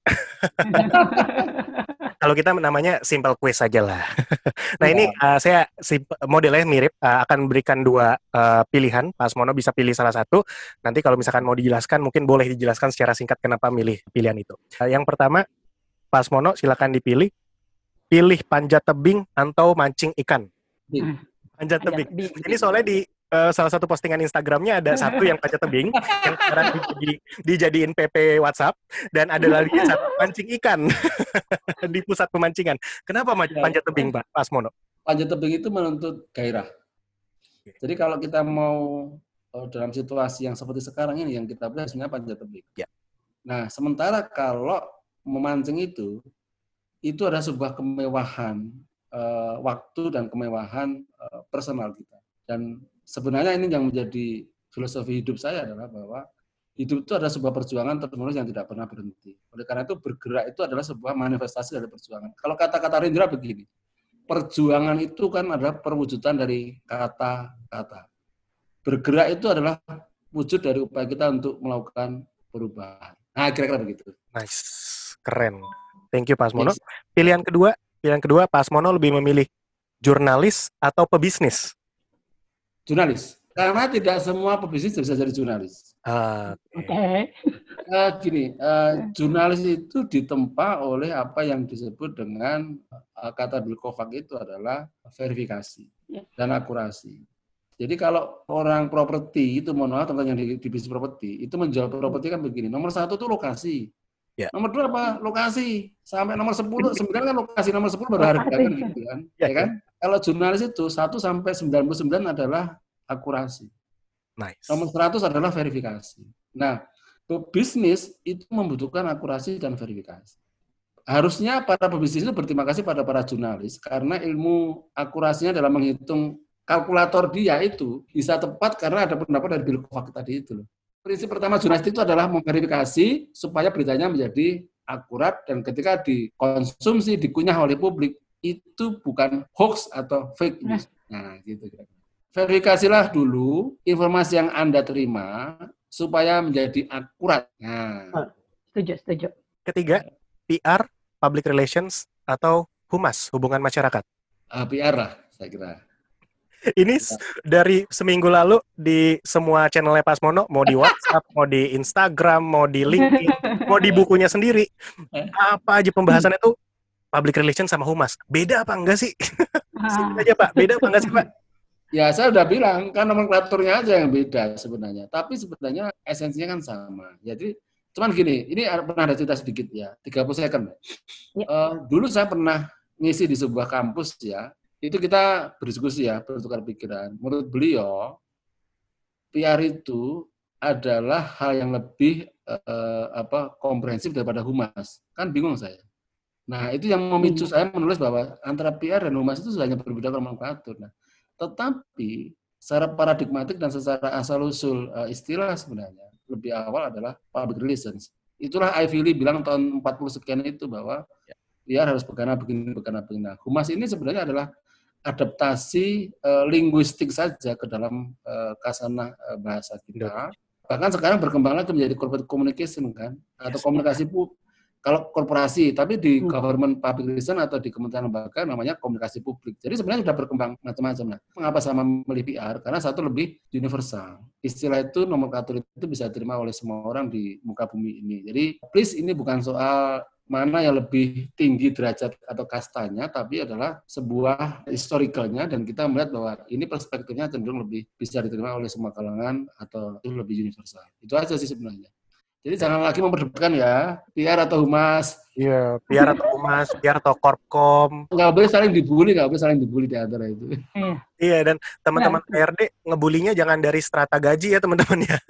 Speaker 3: Kalau kita namanya simple quiz saja lah. Nah ini uh, saya modelnya mirip, uh, akan berikan dua uh, pilihan. Pak Asmono bisa pilih salah satu. Nanti kalau misalkan mau dijelaskan, mungkin boleh dijelaskan secara singkat kenapa milih pilihan itu. Uh, yang pertama, Pak Asmono silakan dipilih. Pilih panjat tebing atau mancing ikan. Hmm. Panjat tebing. Ini soalnya di uh, salah satu postingan Instagramnya ada satu yang panjat tebing, yang sekarang di, dijadiin P P WhatsApp, dan ada lagi satu mancing ikan di pusat pemancingan. Kenapa panjat tebing, Pak Asmono?
Speaker 5: Panjat tebing itu menuntut gairah. Jadi kalau kita mau oh, dalam situasi yang seperti sekarang ini, yang kita pilih sebenarnya panjat tebing.
Speaker 3: Ya.
Speaker 5: Nah, sementara kalau memancing itu, itu adalah sebuah kemewahan uh, waktu dan kemewahan uh, personal kita. Dan sebenarnya ini yang menjadi filosofi hidup saya adalah bahwa hidup itu adalah sebuah perjuangan terus-menerus yang tidak pernah berhenti. Oleh karena itu bergerak itu adalah sebuah manifestasi dari perjuangan. Kalau kata-kata Rindra begini, perjuangan itu kan adalah perwujudan dari kata-kata. Bergerak itu adalah wujud dari upaya kita untuk melakukan perubahan. Nah, kira-kira begitu.
Speaker 3: Nice, keren. Thank you Pak Asmono. Pilihan kedua, pilihan kedua Pak Asmono lebih memilih jurnalis atau pebisnis?
Speaker 5: Jurnalis. Karena tidak semua pebisnis bisa jadi jurnalis.
Speaker 3: Uh,
Speaker 4: Oke. Okay.
Speaker 5: Uh, gini, uh, jurnalis itu ditempa oleh apa yang disebut dengan uh, kata Bill Kovac itu adalah verifikasi dan akurasi. Jadi kalau orang properti itu, mohon maaf teman-teman yang di, di bisnis properti, itu menjual properti kan begini. Nomor satu itu lokasi.
Speaker 3: Ya.
Speaker 5: Nomor dua apa? Lokasi. Sampai nomor sepuluh, sembilan kan lokasi, nomor sepuluh baru harga kan gitu kan. Ya, ya kan? Ya. Kalau jurnalis itu satu sampai sembilan puluh sembilan adalah akurasi.
Speaker 3: Nice.
Speaker 5: Nomor seratus adalah verifikasi. Nah, bisnis itu membutuhkan akurasi dan verifikasi. Harusnya para pebisnis itu berterima kasih pada para jurnalis karena ilmu akurasinya dalam menghitung kalkulator dia itu bisa tepat karena ada pendapat dari Bill Kovac tadi itu loh. Prinsip pertama jurnalistik itu adalah memverifikasi supaya beritanya menjadi akurat dan ketika dikonsumsi, dikunyah oleh publik, itu bukan hoax atau fake news. Nah, gitu. Verifikasilah dulu informasi yang Anda terima supaya menjadi akurat. Nah.
Speaker 4: Setuju, setuju.
Speaker 3: Ketiga, P R, Public Relations, atau Humas, hubungan masyarakat?
Speaker 5: Uh, P R lah, saya kira.
Speaker 3: Ini dari seminggu lalu di semua channelnya Pak Asmono, mau di WhatsApp, mau di Instagram, mau di LinkedIn, mau di bukunya sendiri, apa aja pembahasannya tuh public relations sama humas. Beda apa enggak sih? Singkat aja Pak, beda apa enggak sih Pak?
Speaker 5: Ya saya udah bilang, kan nomenklaturnya aja yang beda sebenarnya. Tapi sebenarnya esensinya kan sama. Jadi Cuman gini, ini pernah ada cerita sedikit ya, tiga puluh second.
Speaker 4: Ya.
Speaker 5: Uh, dulu saya pernah ngisi di sebuah kampus ya, itu kita berdiskusi ya, bertukar pikiran. Menurut beliau, P R itu adalah hal yang lebih uh, apa komprehensif daripada humas. Kan bingung saya. Nah, itu yang memicu hmm. saya menulis bahwa antara P R dan humas itu hanya berbeda nomenklatur. Nah, tetapi secara paradigmatik dan secara asal-usul uh, istilah sebenarnya lebih awal adalah public relations. Itulah Ivy Lee bilang tahun empat puluh sekian itu bahwa P R harus begana begini, begana begini. Nah, humas ini sebenarnya adalah adaptasi uh, linguistik saja ke dalam uh, kasanah uh, bahasa kita. Bahkan sekarang berkembang lagi menjadi corporate communication kan, atau yes, komunikasi publik. Kalau korporasi, tapi di hmm. government public relation atau di kementerian lembaga namanya komunikasi publik. Jadi sebenarnya sudah berkembang macam-macam. Nah, mengapa sama memilih P R? Karena satu lebih universal. Istilah itu, nomenklatur itu bisa diterima oleh semua orang di muka bumi ini. Jadi please ini bukan soal mana yang lebih tinggi derajat atau kastanya, tapi adalah sebuah historicalnya dan kita melihat bahwa ini perspektifnya cenderung lebih bisa diterima oleh semua kalangan atau itu lebih universal. Itu aja sih sebenarnya. Jadi jangan lagi memperdebatkan ya, P R atau humas.
Speaker 3: Iya, P R atau humas, P R atau korpkom.
Speaker 5: Nggak boleh saling dibully, nggak boleh saling dibully di antara itu.
Speaker 4: Iya,
Speaker 3: iya dan teman-teman P R D ngebulinya jangan dari strata gaji ya teman-teman ya.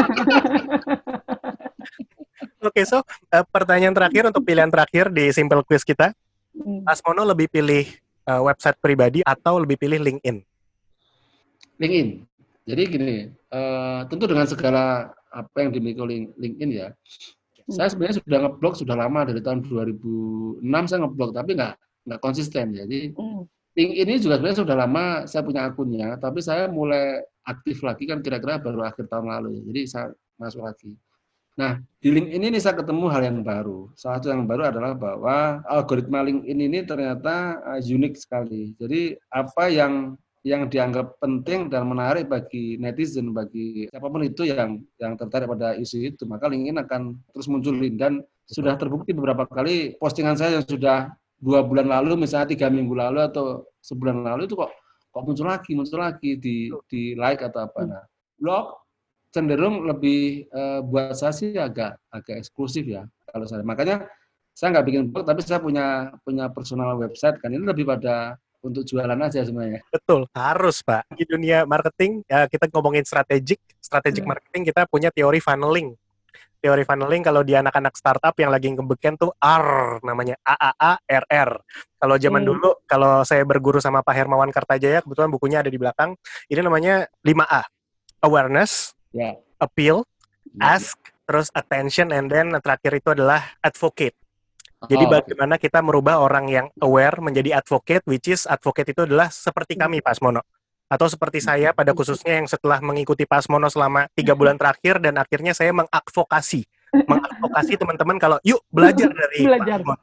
Speaker 3: Oke, okay, so uh, pertanyaan terakhir untuk pilihan terakhir di Simple Quiz kita. Mas Mono lebih pilih uh, website pribadi atau lebih pilih LinkedIn?
Speaker 5: LinkedIn. Jadi gini, uh, tentu dengan segala apa yang dimiliki oleh LinkedIn ya. Hmm. Saya sebenarnya sudah ngeblog sudah lama, dari tahun dua ribu enam saya ngeblog, tapi nggak nggak konsisten. Jadi hmm. LinkedIn ini juga sebenarnya sudah lama saya punya akunnya, tapi saya mulai aktif lagi kan kira-kira baru akhir tahun lalu. Jadi saya masuk lagi. Nah, di LinkedIn ini saya ketemu hal yang baru. Salah satu yang baru adalah bahwa algoritma LinkedIn ini ternyata uh, unik sekali. Jadi apa yang yang dianggap penting dan menarik bagi netizen, bagi siapapun itu yang yang tertarik pada isu itu, maka LinkedIn akan terus munculin. Dan sudah terbukti beberapa kali postingan saya yang sudah dua bulan lalu, misalnya tiga minggu lalu atau sebulan lalu itu kok kok muncul lagi, muncul lagi di di like atau apa. Nah, blog cenderung lebih uh, buat saya sih agak agak eksklusif ya kalau saya. Makanya saya nggak bikin blog, tapi saya punya punya personal website kan, ini lebih pada untuk jualan aja sebenarnya.
Speaker 3: Betul, harus Pak. Di dunia marketing, ya kita ngomongin strategik, strategic hmm. marketing, kita punya teori funneling. Teori funneling kalau di anak-anak startup yang lagi ngebeken tuh R, namanya A A A R R. Kalau zaman hmm. dulu, kalau saya berguru sama Pak Hermawan Kartajaya, kebetulan bukunya ada di belakang, ini namanya lima A. Awareness, yeah. Appeal, yeah. Ask, terus attention, and then terakhir itu adalah advocate. Jadi oh, bagaimana okay. kita merubah orang yang aware menjadi advocate, which is advocate itu adalah seperti kami Pak Asmono. Atau seperti saya pada khususnya yang setelah mengikuti Pak Asmono selama tiga bulan terakhir dan akhirnya saya mengadvokasi. Mengadvokasi teman-teman kalau yuk belajar dari belajar. Pak Asmono.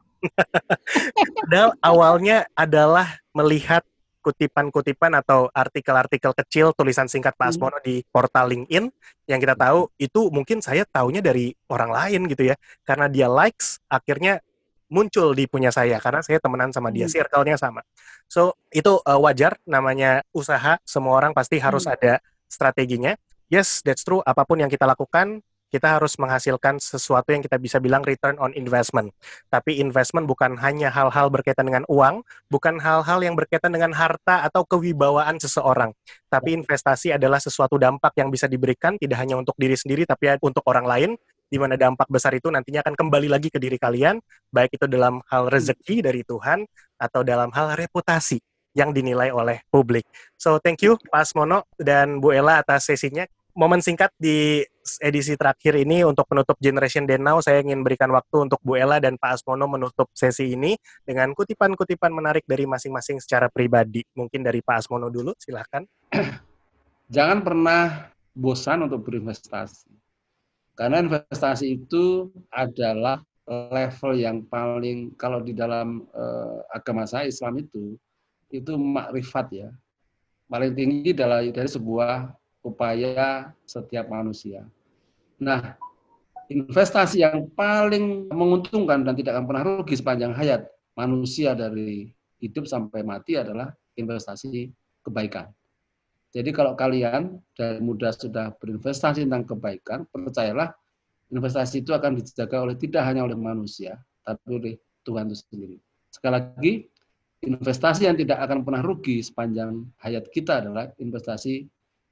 Speaker 3: Padahal awalnya adalah melihat kutipan-kutipan atau artikel-artikel kecil, tulisan singkat Pak Asmono di portal LinkedIn yang kita tahu itu mungkin saya taunya dari orang lain gitu ya. Karena dia likes, akhirnya muncul di punya saya karena saya temenan sama dia, hmm. circle-nya sama. So, itu uh, wajar, namanya usaha, semua orang pasti harus hmm. ada strateginya. Yes, that's true, apapun yang kita lakukan, kita harus menghasilkan sesuatu yang kita bisa bilang return on investment. Tapi investment bukan hanya hal-hal berkaitan dengan uang, bukan hal-hal yang berkaitan dengan harta atau kewibawaan seseorang. Tapi investasi adalah sesuatu dampak yang bisa diberikan, tidak hanya untuk diri sendiri, tapi untuk orang lain, di mana dampak besar itu nantinya akan kembali lagi ke diri kalian, baik itu dalam hal rezeki dari Tuhan, atau dalam hal reputasi yang dinilai oleh publik. So, thank you Pak Asmono dan Bu Ella atas sesinya. Momen singkat di edisi terakhir ini untuk penutup Generation Then Now, saya ingin berikan waktu untuk Bu Ella dan Pak Asmono menutup sesi ini dengan kutipan-kutipan menarik dari masing-masing secara pribadi. Mungkin dari Pak Asmono dulu, silahkan.
Speaker 5: Jangan pernah bosan untuk berinvestasi. Karena investasi itu adalah level yang paling, kalau di dalam uh, agama saya, Islam itu, itu makrifat ya. Paling tinggi dari, dari sebuah upaya setiap manusia. Nah, investasi yang paling menguntungkan dan tidak akan pernah rugi sepanjang hayat manusia dari hidup sampai mati adalah investasi kebaikan. Jadi kalau kalian dari muda sudah berinvestasi tentang kebaikan, percayalah investasi itu akan dijaga oleh tidak hanya oleh manusia, tapi oleh Tuhan itu sendiri. Sekali lagi, investasi yang tidak akan pernah rugi sepanjang hayat kita adalah investasi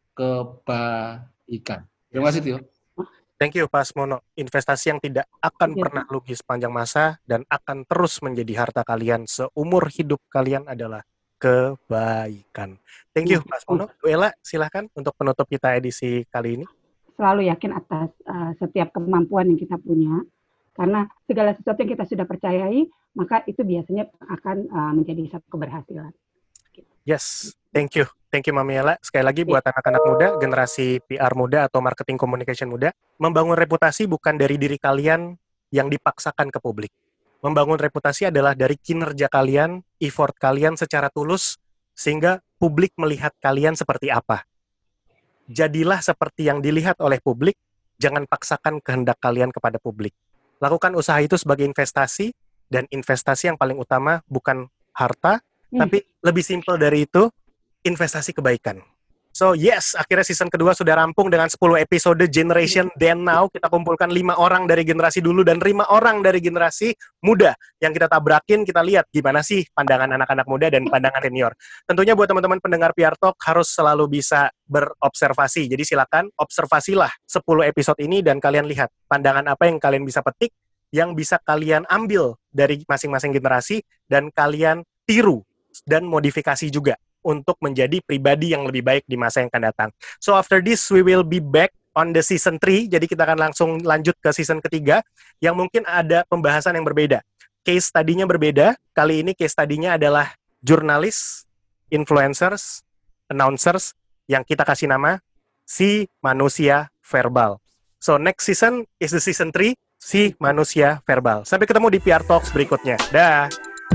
Speaker 5: kebaikan. Terima kasih, Tio.
Speaker 3: Thank you, Pak Asmono. Investasi yang tidak akan
Speaker 4: Yes.
Speaker 3: pernah rugi sepanjang masa dan akan terus menjadi harta kalian seumur hidup kalian adalah kebaikan. Thank you, Pak Asmono. Bu Ella, silahkan untuk penutup kita edisi kali ini.
Speaker 4: Selalu yakin atas uh, setiap kemampuan yang kita punya, karena segala sesuatu yang kita sudah percayai, maka itu biasanya akan uh, menjadi satu keberhasilan.
Speaker 3: Yes, thank you. Thank you, Mami Ella. Sekali lagi buat anak-anak muda, generasi P R muda atau marketing communication muda, membangun reputasi bukan dari diri kalian yang dipaksakan ke publik. Membangun reputasi adalah dari kinerja kalian, effort kalian secara tulus, sehingga publik melihat kalian seperti apa. Jadilah seperti yang dilihat oleh publik, jangan paksakan kehendak kalian kepada publik. Lakukan usaha itu sebagai investasi, dan investasi yang paling utama bukan harta,
Speaker 4: Hmm.
Speaker 3: tapi lebih simpel dari itu, investasi kebaikan. So yes, akhirnya season kedua sudah rampung dengan sepuluh episode Generation Then Now. Kita kumpulkan lima orang dari generasi dulu dan lima orang dari generasi muda yang kita tabrakin, kita lihat gimana sih pandangan anak-anak muda dan pandangan senior. Tentunya buat teman-teman pendengar P R Talk harus selalu bisa berobservasi. Jadi silakan observasilah sepuluh episode ini dan kalian lihat pandangan apa yang kalian bisa petik, yang bisa kalian ambil dari masing-masing generasi dan kalian tiru dan modifikasi juga untuk menjadi pribadi yang lebih baik di masa yang akan datang. So after this, we will be back on the season three. Jadi kita akan langsung lanjut ke season ketiga yang mungkin ada pembahasan yang berbeda. Case study-nya berbeda. Kali ini case study-nya adalah jurnalis, influencers, announcers yang kita kasih nama Si Manusia Verbal. So next season is the season three, Si Manusia Verbal. Sampai ketemu di P R Talks berikutnya. Dah.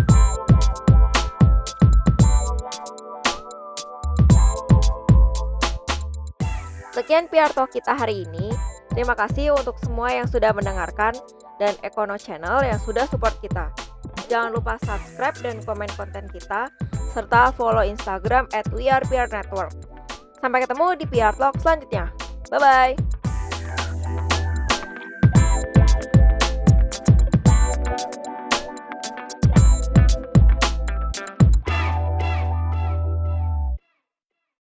Speaker 2: Sekian P R Talk kita hari ini. Terima kasih untuk semua yang sudah mendengarkan dan Ekono Channel yang sudah support kita. Jangan lupa subscribe dan komen konten kita, serta follow Instagram at We Are P R Network. Sampai ketemu di P R Talk selanjutnya. Bye-bye!